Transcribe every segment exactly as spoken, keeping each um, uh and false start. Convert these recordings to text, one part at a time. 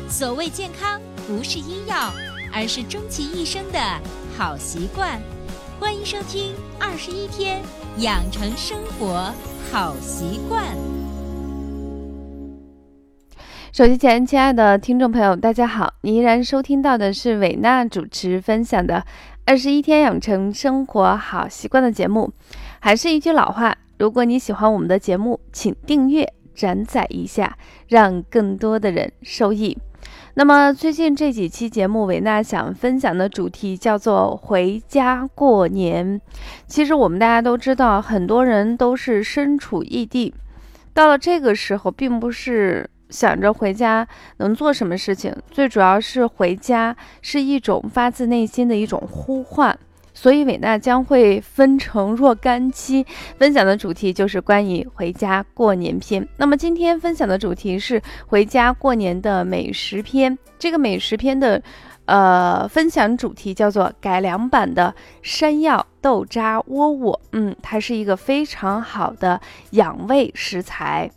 所谓健康，不是医药，而是终其一生的好习惯。欢迎收听二十一天养成生活好习惯。 手机前亲爱的听众朋友大家好，你依然收听到的是伟娜主持分享的二十一天养成生活好习惯的节目。还是一句老话，如果你喜欢我们的节目，请订阅转载一下，让更多的人受益。那么最近这几期节目，伟娜想分享的主题叫做回家过年。其实我们大家都知道，很多人都是身处异地，到了这个时候并不是想着回家能做什么事情，最主要是回家是一种发自内心的一种呼唤。所以伟娜将会分成若干期分享的主题，就是关于回家过年篇。那么今天分享的主题是回家过年的美食篇。这个美食篇的呃分享主题叫做改良版的山药豆渣窝窝。嗯，它是一个非常好的养胃食材。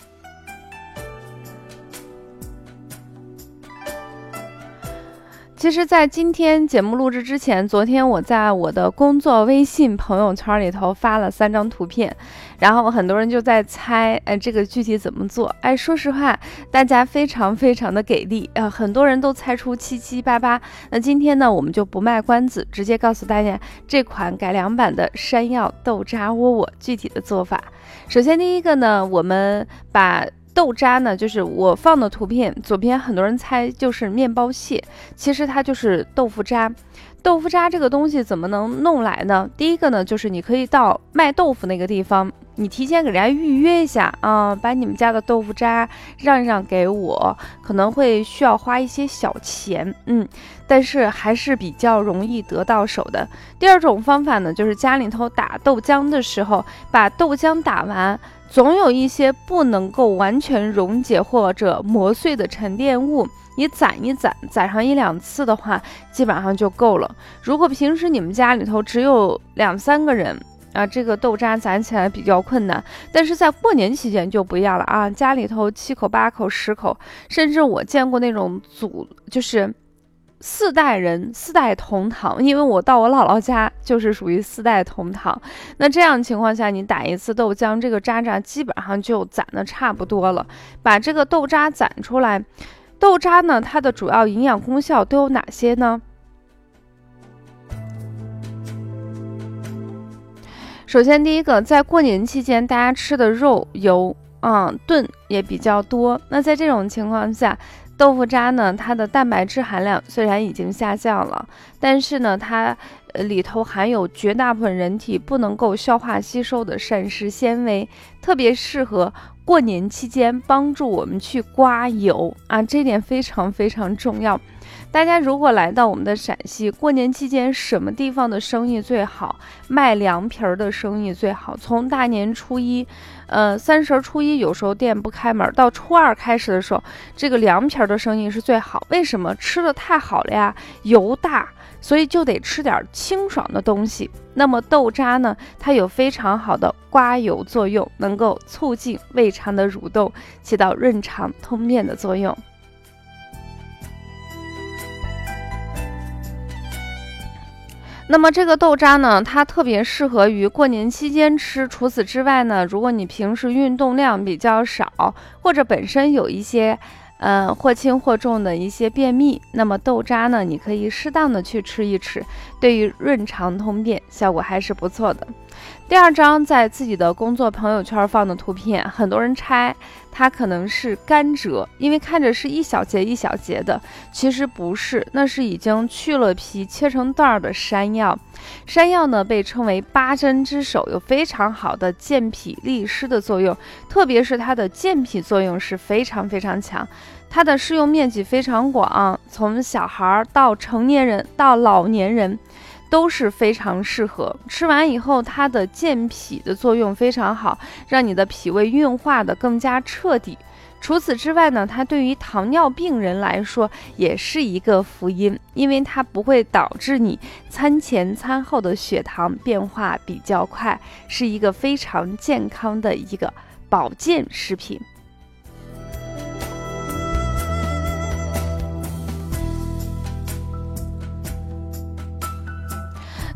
其实在今天节目录制之前，昨天我在我的工作微信朋友圈里头发了三张图片，然后很多人就在猜，哎，这个具体怎么做？哎，说实话，大家非常非常的给力，呃，很多人都猜出七七八八。那今天呢，我们就不卖关子，直接告诉大家这款改良版的山药豆渣窝窝具体的做法。首先第一个呢，我们把豆渣呢，就是我放的图片，左边很多人猜就是面包屑，其实它就是豆腐渣。豆腐渣这个东西怎么能弄来呢？第一个呢，就是你可以到卖豆腐那个地方，你提前给人家预约一下啊，把你们家的豆腐渣让一让给我，可能会需要花一些小钱，嗯，但是还是比较容易得到手的。第二种方法呢，就是家里头打豆浆的时候，把豆浆打完，总有一些不能够完全溶解或者磨碎的沉淀物，你攒一攒，攒上一两次的话，基本上就够了。如果平时你们家里头只有两三个人啊，这个豆渣攒起来比较困难，但是在过年期间就不一样了啊，家里头七口八口十口，甚至我见过那种组就是四代人四代同堂，因为我到我姥姥家就是属于四代同堂。那这样情况下，你打一次豆浆，这个渣渣基本上就攒的差不多了。把这个豆渣攒出来，豆渣呢，它的主要营养功效都有哪些呢？首先第一个，在过年期间大家吃的肉油嗯炖也比较多，那在这种情况下，豆腐渣呢，它的蛋白质含量虽然已经下降了，但是呢，它呃里头含有绝大部分人体不能够消化吸收的膳食纤维，特别适合过年期间帮助我们去刮油啊，这点非常非常重要。大家如果来到我们的陕西，过年期间什么地方的生意最好？卖凉皮儿的生意最好。从大年初一，呃，三十初一有时候店不开门，到初二开始的时候，这个凉皮儿的生意是最好。为什么？吃的太好了呀，油大，所以就得吃点清爽的东西。那么豆渣呢，它有非常好的刮油作用，能够促进胃肠的蠕动，起到润肠通便的作用。那么这个豆渣呢，它特别适合于过年期间吃。除此之外呢，如果你平时运动量比较少，或者本身有一些呃或轻或重的一些便秘，那么豆渣呢，你可以适当的去吃一吃，对于润肠通便效果还是不错的。第二张在自己的工作朋友圈放的图片，很多人猜它可能是甘蔗，因为看着是一小节一小节的，其实不是，那是已经去了皮切成段的山药。山药呢被称为八珍之首，有非常好的健脾利湿的作用，特别是它的健脾作用是非常非常强，它的适用面积非常广，从小孩到成年人到老年人都是非常适合。吃完以后，它的健脾的作用非常好，让你的脾胃运化的更加彻底。除此之外呢，它对于糖尿病人来说也是一个福音，因为它不会导致你餐前餐后的血糖变化比较快，是一个非常健康的一个保健食品。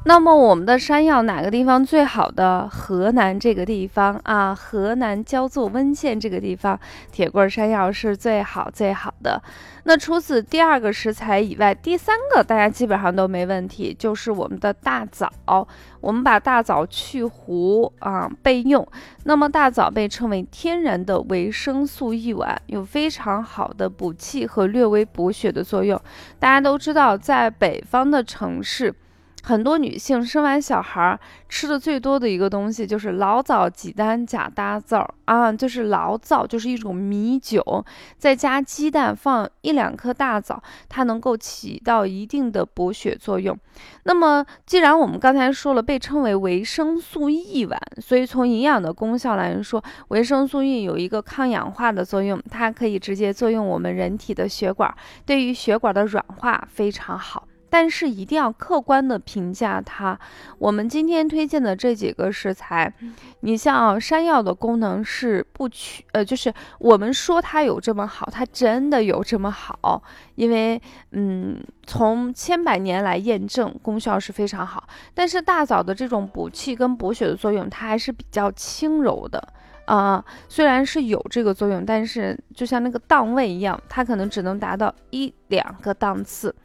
那么我们的山药哪个地方最好的？河南这个地方啊，河南焦作温县这个地方，铁棍山药是最好最好的。那除此第二个食材以外，第三个大家基本上都没问题，就是我们的大枣。我们把大枣去核啊备用。那么大枣被称为天然的维生素一丸，有非常好的补气和略微补血的作用。大家都知道，在北方的城市，很多女性生完小孩吃的最多的一个东西就是醪糟鸡蛋加大枣啊，就是醪糟就是一种米酒，再加鸡蛋，放一两颗大枣，它能够起到一定的补血作用。那么既然我们刚才说了被称为维生素 E 丸，所以从营养的功效来说，维生素 E 有一个抗氧化的作用，它可以直接作用我们人体的血管，对于血管的软化非常好。但是一定要客观的评价它。我们今天推荐的这几个食材，你像山药的功能是不取，呃，就是我们说它有这么好，它真的有这么好，因为嗯，从千百年来验证，功效是非常好。但是大枣的这种补气跟补血的作用，它还是比较轻柔的。啊、呃，虽然是有这个作用，但是就像那个档位一样，它可能只能达到一两个档次。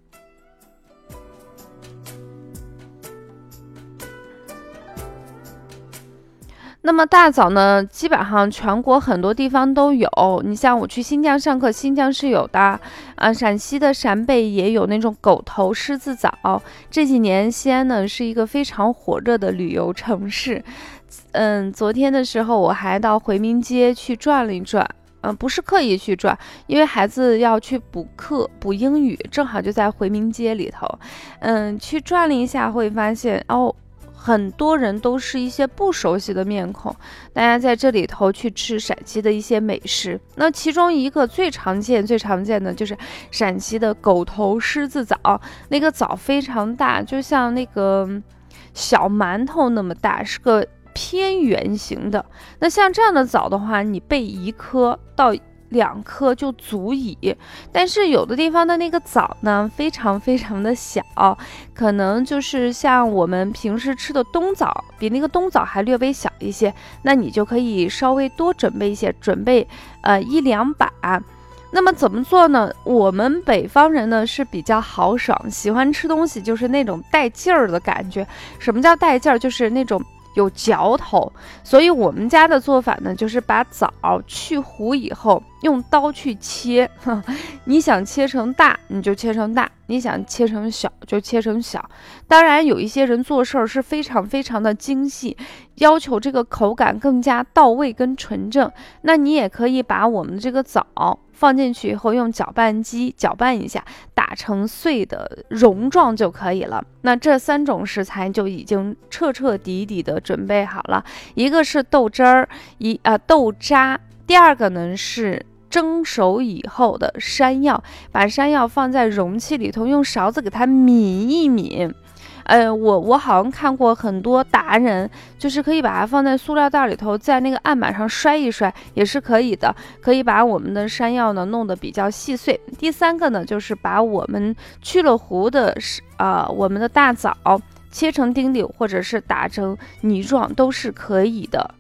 那么大枣呢，基本上全国很多地方都有。你像我去新疆上课，新疆是有的，啊，陕西的陕北也有那种狗头狮子枣。这几年西安呢是一个非常火热的旅游城市。嗯，昨天的时候我还到回民街去转了一转。嗯、呃，不是刻意去转，因为孩子要去补课补英语，正好就在回民街里头。嗯，去转了一下，会发现哦。很多人都是一些不熟悉的面孔，大家在这里头去吃陕西的一些美食。那其中一个最常见、最常见的就是陕西的狗头狮子枣，那个枣非常大，就像那个小馒头那么大，是个偏圆形的。那像这样的枣的话，你备一颗到两颗就足以，但是有的地方的那个枣呢，非常非常的小，可能就是像我们平时吃的冬枣，比那个冬枣还略微小一些，那你就可以稍微多准备一些，准备呃一两把。那么怎么做呢？我们北方人呢是比较豪爽，喜欢吃东西就是那种带劲儿的感觉。什么叫带劲儿？就是那种有嚼头，所以我们家的做法呢，就是把枣去核以后，用刀去切。你想切成大，你就切成大；你想切成小，就切成小。当然，有一些人做事儿是非常非常的精细，要求这个口感更加到位跟纯正。那你也可以把我们这个枣放进去以后，用搅拌机搅拌一下，打成碎的蓉状就可以了。那这三种食材就已经彻彻底底的准备好了。一个是豆汁儿，一啊、呃、豆渣，第二个呢是蒸熟以后的山药，把山药放在容器里头，用勺子给它抿一抿。呃，我我好像看过很多达人，就是可以把它放在塑料袋里头，在那个案板上摔一摔，也是可以的。可以把我们的山药呢弄得比较细碎。第三个呢，就是把我们去了核的啊、呃，我们的大枣切成丁丁，或者是打成泥状，都是可以的。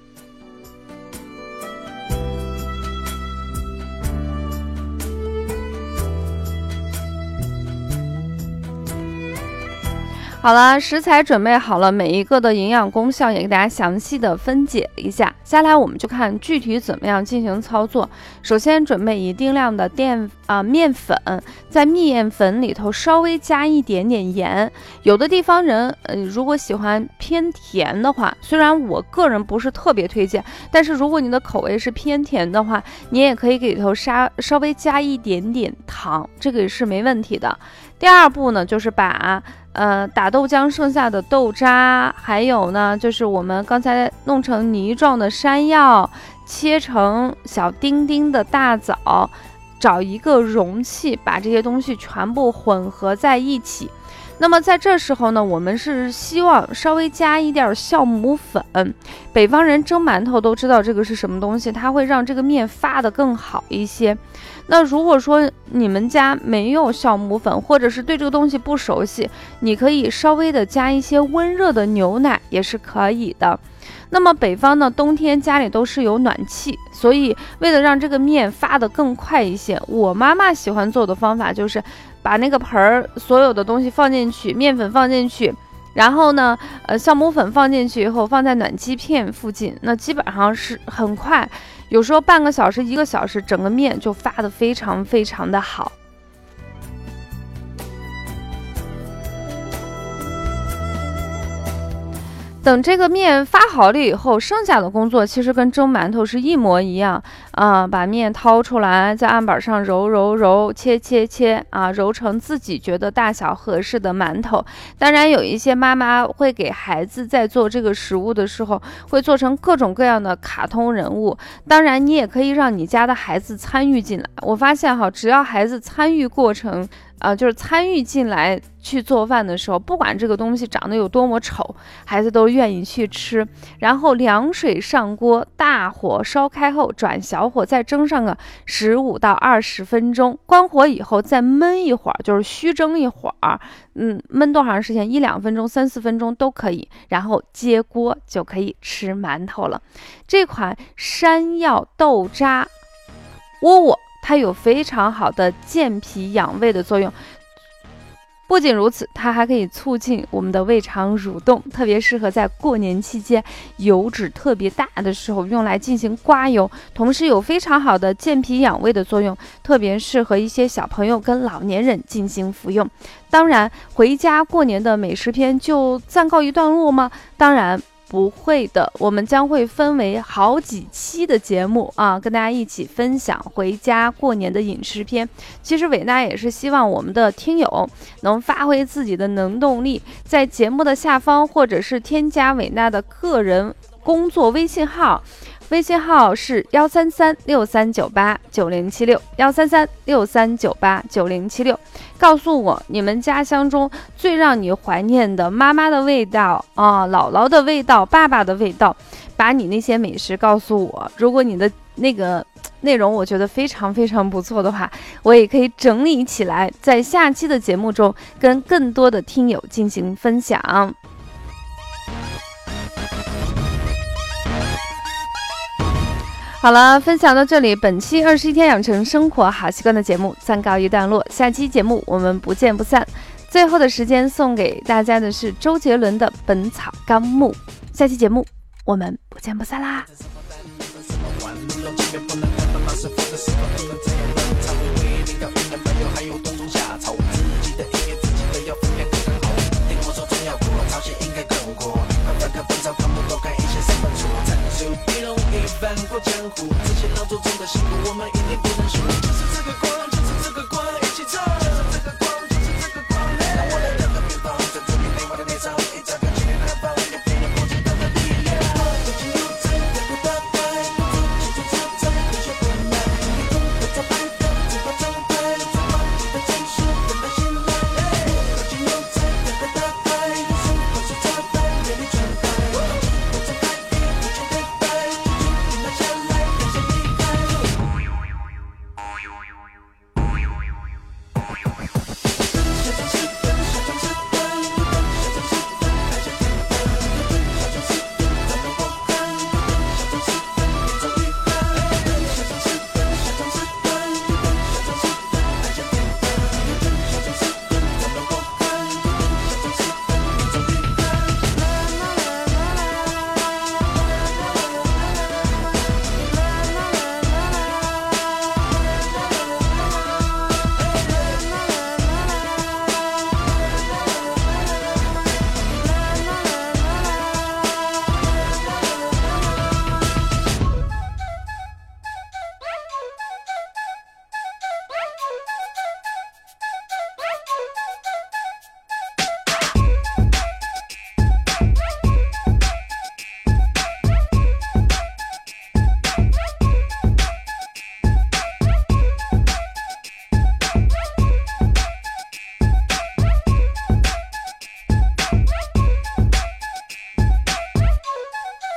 好了，食材准备好了，每一个的营养功效也给大家详细的分解一下。接下来我们就看具体怎么样进行操作。首先准备一定量的淀啊、呃、面粉，在面粉里头稍微加一点点盐。有的地方人呃如果喜欢偏甜的话，虽然我个人不是特别推荐，但是如果你的口味是偏甜的话，你也可以给里头稍稍微加一点点糖，这个也是没问题的。第二步呢，就是把呃打豆浆剩下的豆渣，还有呢就是我们刚才弄成泥状的山药，切成小丁丁的大枣，找一个容器把这些东西全部混合在一起。 那么在这时候呢，我们是希望稍微加一点酵母粉。北方人蒸馒头都知道这个是什么东西，它会让这个面发得更好一些。那如果说你们家没有酵母粉，或者是对这个东西不熟悉，你可以稍微的加一些温热的牛奶也是可以的。那么北方呢，冬天家里都是有暖气，所以为了让这个面发得更快一些，我妈妈喜欢做的方法就是把那个盆儿所有的东西放进去，面粉放进去，然后呢，呃，酵母粉放进去以后放在暖气片附近，那基本上是很快，有时候半个小时、一个小时，整个面就发得非常非常的好。等这个面发好了以后，剩下的工作其实跟蒸馒头是一模一样啊、呃，把面掏出来，在案板上揉揉揉，切切切啊，揉成自己觉得大小合适的馒头。当然，有一些妈妈会给孩子在做这个食物的时候，会做成各种各样的卡通人物。当然，你也可以让你家的孩子参与进来。我发现哈，只要孩子参与过程。呃，就是参与进来去做饭的时候，不管这个东西长得有多么丑，孩子都愿意去吃。然后凉水上锅，大火烧开后转小火，再蒸上个十五到二十分钟，关火以后再焖一会儿，就是虚蒸一会儿，嗯，焖多长时间？一两分钟、三四分钟都可以。然后接锅就可以吃馒头了。这款山药豆渣窝窝。它有非常好的健脾养胃的作用，不仅如此，它还可以促进我们的胃肠蠕动，特别适合在过年期间油脂特别大的时候用来进行刮油，同时有非常好的健脾养胃的作用，特别适合一些小朋友跟老年人进行服用。当然，回家过年的美食篇就暂告一段落吗？当然不会的，我们将会分为好几期的节目啊，跟大家一起分享回家过年的饮食篇。其实伟娜也是希望我们的听友能发挥自己的能动力，在节目的下方或者是添加伟娜的个人工作微信号，微信号是幺三三六三九八九零七六，幺三三六三九八九零七六。告诉我你们家乡中最让你怀念的妈妈的味道啊，姥姥的味道，爸爸的味道，把你那些美食告诉我。如果你的那个内容我觉得非常非常不错的话，我也可以整理起来，在下期的节目中跟更多的听友进行分享。好了，分享到这里，本期二十一天养成生活好习惯的节目暂告一段落，下期节目我们不见不散。最后的时间送给大家的是周杰伦的《本草纲目》，下期节目我们不见不散啦。 翻过江湖，这些老祖宗的辛苦我们一定不能输，就是这个过